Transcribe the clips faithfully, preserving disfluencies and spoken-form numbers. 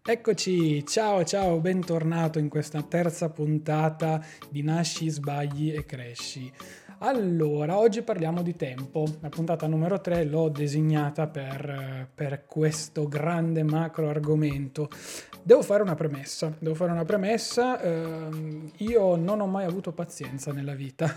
Eccoci, ciao ciao, bentornato in questa terza puntata di Nasci, Sbagli e Cresci. Allora, oggi parliamo di tempo. La puntata numero tre l'ho designata per, per questo grande macro argomento. Devo fare una premessa, devo fare una premessa, ehm, io non ho mai avuto pazienza nella vita,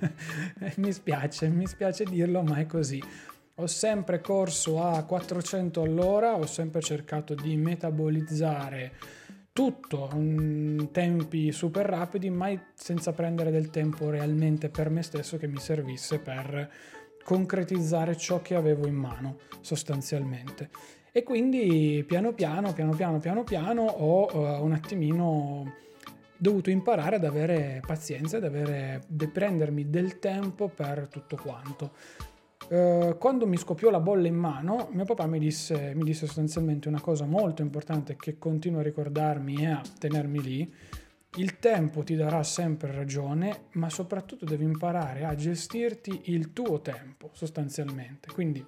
mi spiace, mi spiace dirlo, ma è così. Ho sempre corso a quattrocento all'ora, ho sempre cercato di metabolizzare tutto in tempi super rapidi, mai senza prendere del tempo realmente per me stesso che mi servisse per concretizzare ciò che avevo in mano, sostanzialmente. E quindi piano piano, piano piano, piano piano ho uh, un attimino dovuto imparare ad avere pazienza, ad avere, di prendermi del tempo per tutto quanto. Uh, quando mi scoppiò la bolla in mano, mio papà mi disse, mi disse sostanzialmente una cosa molto importante che continuo a ricordarmi e a tenermi lì. Il tempo ti darà sempre ragione, ma soprattutto devi imparare a gestirti il tuo tempo, sostanzialmente. Quindi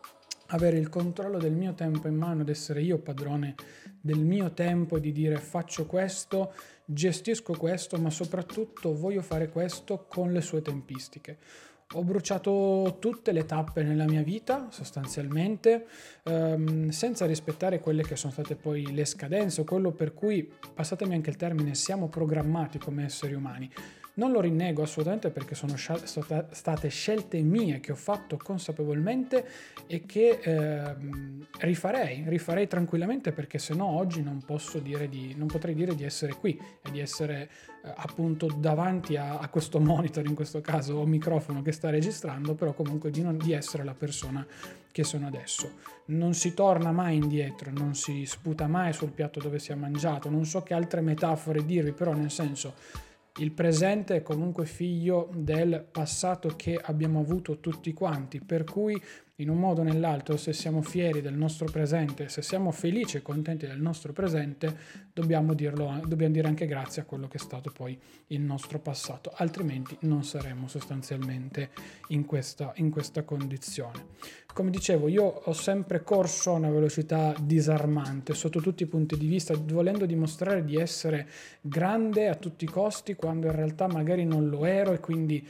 avere il controllo del mio tempo in mano ed essere io padrone del mio tempo e di dire faccio questo, gestisco questo, ma soprattutto voglio fare questo con le sue tempistiche. Ho bruciato tutte le tappe nella mia vita, sostanzialmente, ehm, senza rispettare quelle che sono state poi le scadenze o quello per cui, passatemi anche il termine, siamo programmati come esseri umani. Non lo rinnego assolutamente perché sono state scelte mie che ho fatto consapevolmente e che eh, rifarei, rifarei tranquillamente perché se no oggi non posso dire di, non potrei dire di essere qui e di essere eh, appunto davanti a, a questo monitor, in questo caso o microfono che sta registrando, però comunque di, non, di essere la persona che sono adesso. Non si torna mai indietro, non si sputa mai sul piatto dove si è mangiato, non so che altre metafore dirvi, però nel senso il presente è comunque figlio del passato che abbiamo avuto tutti quanti, per cui in un modo o nell'altro, se siamo fieri del nostro presente, se siamo felici e contenti del nostro presente, dobbiamo dirlo, dobbiamo dire anche grazie a quello che è stato poi il nostro passato, altrimenti non saremmo sostanzialmente in questa, in questa condizione. Come dicevo, io ho sempre corso a una velocità disarmante sotto tutti i punti di vista, volendo dimostrare di essere grande a tutti i costi, quando in realtà magari non lo ero e quindi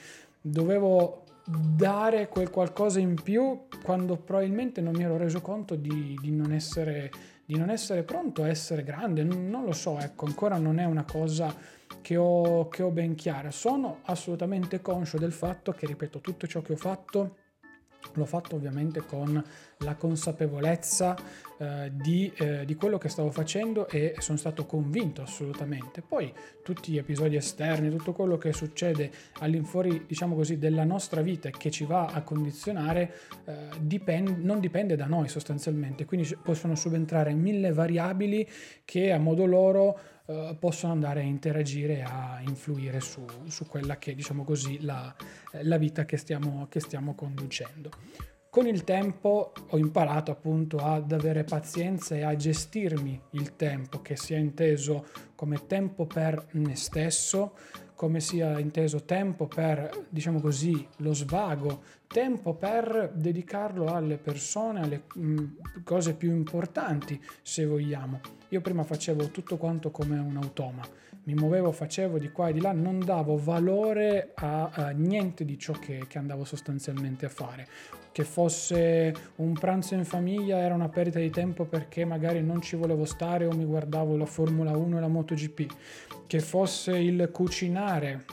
dovevo dare quel qualcosa in più quando probabilmente non mi ero reso conto di, di, non, essere, di non essere pronto a essere grande. Non, non lo so, ecco, ancora non è una cosa che ho, che ho ben chiara. Sono assolutamente conscio del fatto che, ripeto, tutto ciò che ho fatto l'ho fatto ovviamente con la consapevolezza eh, di, eh, di quello che stavo facendo e sono stato convinto assolutamente. Poi tutti gli episodi esterni, tutto quello che succede all'infuori, diciamo così, della nostra vita e che ci va a condizionare eh, dipende, non dipende da noi sostanzialmente, quindi possono subentrare mille variabili che a modo loro Uh, possono andare a interagire, a influire su, su quella che, diciamo così, la, la vita che stiamo, che stiamo conducendo. Con il tempo ho imparato appunto ad avere pazienza e a gestirmi il tempo, che sia inteso come tempo per me stesso, come sia inteso tempo per, diciamo così, lo svago, tempo per dedicarlo alle persone, alle mh, cose più importanti, se vogliamo. Io prima facevo tutto quanto come un automa, mi muovevo, facevo di qua e di là, non davo valore a, a niente di ciò che, che andavo sostanzialmente a fare. Che fosse un pranzo in famiglia era una perdita di tempo perché magari non ci volevo stare o mi guardavo la Formula uno e la MotoGP. Che fosse il cucinare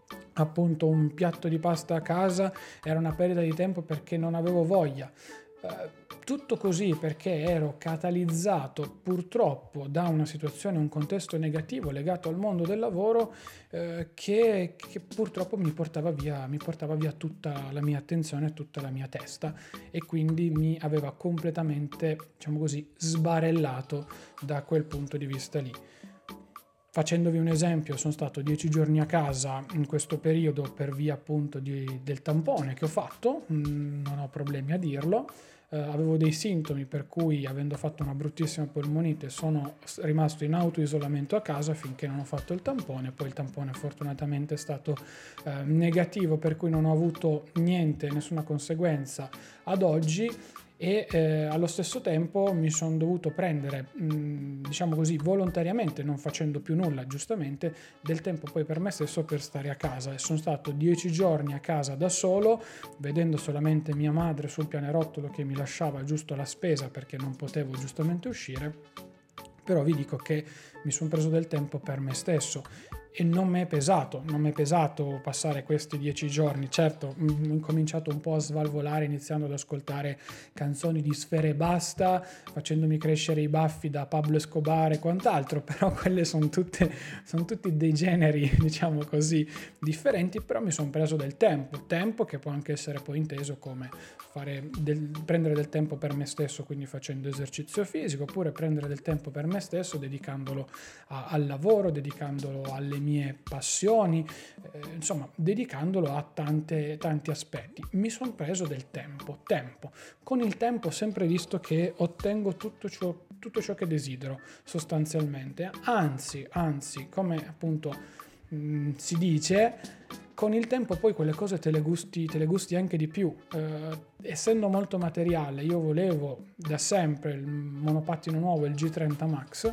appunto un piatto di pasta a casa era una perdita di tempo perché non avevo voglia. Uh, tutto così perché ero catalizzato purtroppo da una situazione, un contesto negativo legato al mondo del lavoro uh, che, che purtroppo mi portava via, mi portava via tutta la mia attenzione, tutta la mia testa e quindi mi aveva completamente, diciamo così, sbarellato da quel punto di vista lì. Facendovi un esempio, sono stato dieci giorni a casa in questo periodo per via appunto di, del tampone che ho fatto, mh, non ho problemi a dirlo, eh, avevo dei sintomi per cui avendo fatto una bruttissima polmonite sono rimasto in autoisolamento a casa finché non ho fatto il tampone, poi il tampone fortunatamente è stato eh, negativo per cui non ho avuto niente, nessuna conseguenza ad oggi. e eh, allo stesso tempo mi sono dovuto prendere, mh, diciamo così, volontariamente, non facendo più nulla, giustamente, del tempo poi per me stesso per stare a casa, e sono stato dieci giorni a casa da solo, vedendo solamente mia madre sul pianerottolo che mi lasciava giusto la spesa perché non potevo giustamente uscire. Però vi dico che mi sono preso del tempo per me stesso e non mi è pesato, non mi è pesato passare questi dieci giorni. Certo, ho incominciato un po' a svalvolare iniziando ad ascoltare canzoni di Sfera Ebbasta, facendomi crescere i baffi da Pablo Escobar e quant'altro, però quelle sono tutte, sono tutti dei generi, diciamo così, differenti, però mi sono preso del tempo, tempo che può anche essere poi inteso come fare del, prendere del tempo per me stesso, quindi facendo esercizio fisico, oppure prendere del tempo per me stesso dedicandolo a, al lavoro, dedicandolo alle mie passioni, eh, insomma dedicandolo a tante, tanti aspetti. Mi sono preso del tempo, tempo. Con il tempo ho sempre visto che ottengo tutto ciò, tutto ciò che desidero sostanzialmente, anzi, anzi, come appunto mh, si dice, con il tempo poi quelle cose te le gusti, te le gusti anche di più. Eh, essendo molto materiale, io volevo da sempre il monopattino nuovo, il G trenta Max,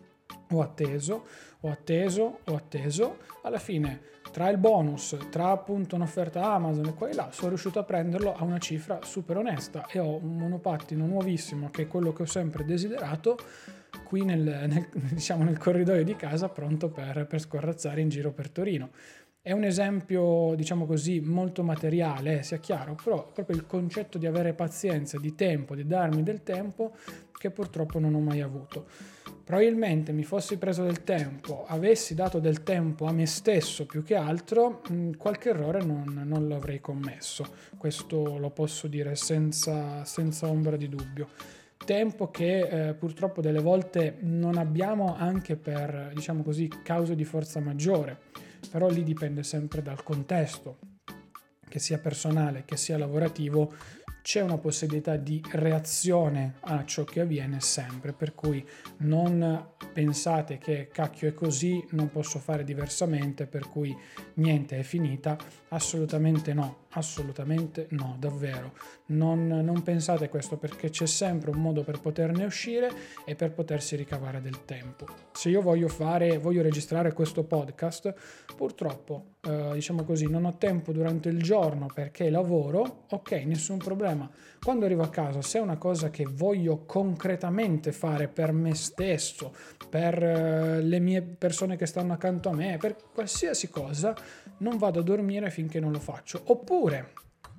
ho atteso, ho atteso, ho atteso, alla fine tra il bonus, tra appunto un'offerta Amazon e qua e là, sono riuscito a prenderlo a una cifra super onesta e ho un monopattino nuovissimo che è quello che ho sempre desiderato qui nel, nel, diciamo nel corridoio di casa, pronto per, per scorrazzare in giro per Torino. È un esempio, diciamo così, molto materiale, eh, sia chiaro, però proprio il concetto di avere pazienza, di tempo, di darmi del tempo che purtroppo non ho mai avuto. Probabilmente mi fossi preso del tempo, avessi dato del tempo a me stesso più che altro, mh, qualche errore non, non lo avrei commesso. Questo lo posso dire senza, senza ombra di dubbio. Tempo che eh, purtroppo delle volte non abbiamo anche per, diciamo così, cause di forza maggiore. Però lì dipende sempre dal contesto, che sia personale, che sia lavorativo, c'è una possibilità di reazione a ciò che avviene sempre, per cui non pensate che cacchio è così, non posso fare diversamente, per cui niente, è finita. Assolutamente no, assolutamente no, davvero. Non, non pensate questo, perché c'è sempre un modo per poterne uscire e per potersi ricavare del tempo. Se io voglio fare, voglio registrare questo podcast, purtroppo, eh, diciamo così, non ho tempo durante il giorno perché lavoro, ok, nessun problema. Quando arrivo a casa, se è una cosa che voglio concretamente fare per me stesso, per eh, le mie persone che stanno accanto a me, per qualsiasi cosa, non vado a dormire finché non lo faccio. Oppure,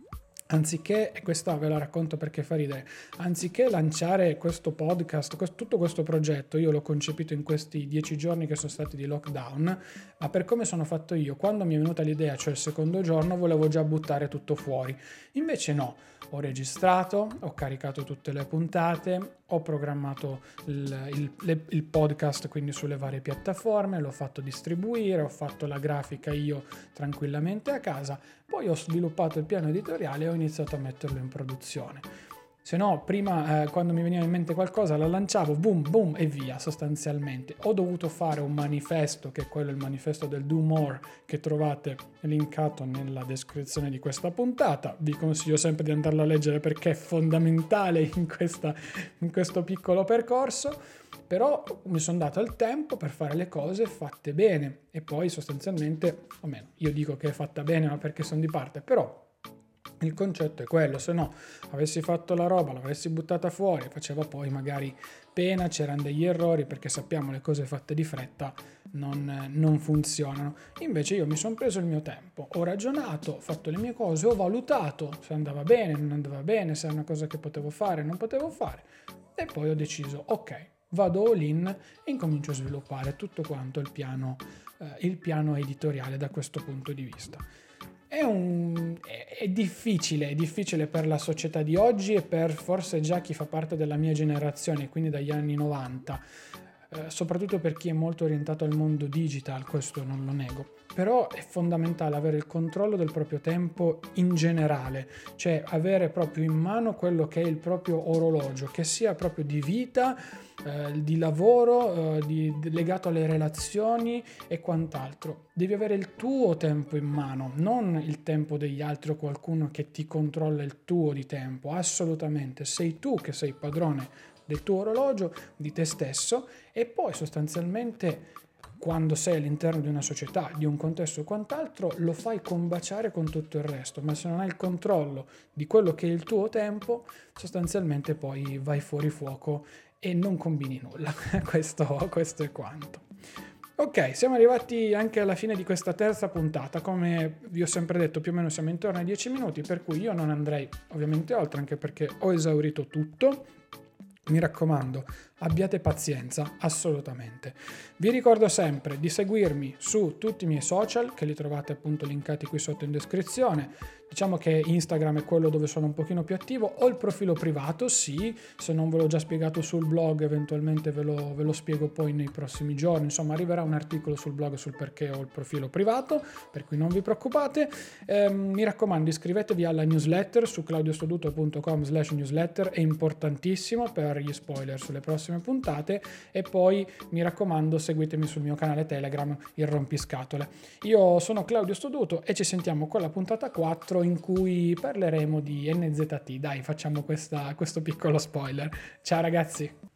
anziché, e questa ve la racconto perché fa ridere, anziché lanciare questo podcast, questo, tutto questo progetto, io l'ho concepito in questi dieci giorni che sono stati di lockdown, ma per come sono fatto io, quando mi è venuta l'idea, cioè il secondo giorno, volevo già buttare tutto fuori. Invece no, ho registrato, ho caricato tutte le puntate, ho programmato il, il, le, il podcast quindi sulle varie piattaforme, l'ho fatto distribuire, ho fatto la grafica io tranquillamente a casa, poi ho sviluppato il piano editoriale e ho iniziato a metterlo in produzione. Se no, prima eh, quando mi veniva in mente qualcosa la lanciavo, boom, boom e via sostanzialmente. Ho dovuto fare un manifesto, che è quello il manifesto del Do More, che trovate linkato nella descrizione di questa puntata. Vi consiglio sempre di andarlo a leggere perché è fondamentale in, questa, in questo piccolo percorso. Però mi sono dato il tempo per fare le cose fatte bene e poi sostanzialmente, o meno, io dico che è fatta bene ma perché sono di parte, però il concetto è quello, se no avessi fatto la roba, l'avessi buttata fuori, faceva poi magari pena, c'erano degli errori, perché sappiamo le cose fatte di fretta non, non funzionano. Invece io mi sono preso il mio tempo, ho ragionato, ho fatto le mie cose, ho valutato se andava bene, non andava bene, se è una cosa che potevo fare, non potevo fare, e poi ho deciso, ok, vado all in e incomincio a sviluppare tutto quanto il piano, eh, il piano editoriale da questo punto di vista. È, un, è, è difficile, è difficile per la società di oggi e per forse già chi fa parte della mia generazione, quindi dagli anni novanta. eh, soprattutto per chi è molto orientato al mondo digital, questo non lo nego. Però è fondamentale avere il controllo del proprio tempo in generale, cioè avere proprio in mano quello che è il proprio orologio, che sia proprio di vita, eh, di lavoro, eh, di, di- legato alle relazioni e quant'altro. Devi avere il tuo tempo in mano, non il tempo degli altri o qualcuno che ti controlla il tuo di tempo. Assolutamente, sei tu che sei padrone del tuo orologio, di te stesso, e poi sostanzialmente quando sei all'interno di una società, di un contesto e quant'altro, lo fai combaciare con tutto il resto, ma se non hai il controllo di quello che è il tuo tempo, sostanzialmente poi vai fuori fuoco e non combini nulla. questo, questo è quanto. Ok, siamo arrivati anche alla fine di questa terza puntata. Come vi ho sempre detto, più o meno siamo intorno ai dieci minuti, per cui io non andrei ovviamente oltre, anche perché ho esaurito tutto. Mi raccomando, abbiate pazienza, assolutamente. Vi ricordo sempre di seguirmi su tutti i miei social, che li trovate appunto linkati qui sotto in descrizione. Diciamo che Instagram è quello dove sono un pochino più attivo. Ho il profilo privato, sì, se non ve l'ho già spiegato sul blog, eventualmente ve lo, ve lo spiego poi nei prossimi giorni. Insomma, arriverà un articolo sul blog sul perché ho il profilo privato, per cui non vi preoccupate. Eh, mi raccomando, iscrivetevi alla newsletter su claudiostoduto punto com slash newsletter, è importantissimo per gli spoiler sulle prossime puntate. E poi mi raccomando, seguitemi sul mio canale Telegram, il Rompiscatole. Io sono Claudio Stoduto e ci sentiamo con la puntata quattro, in cui parleremo di N Z T. Dai, facciamo questa, questo piccolo spoiler. Ciao ragazzi!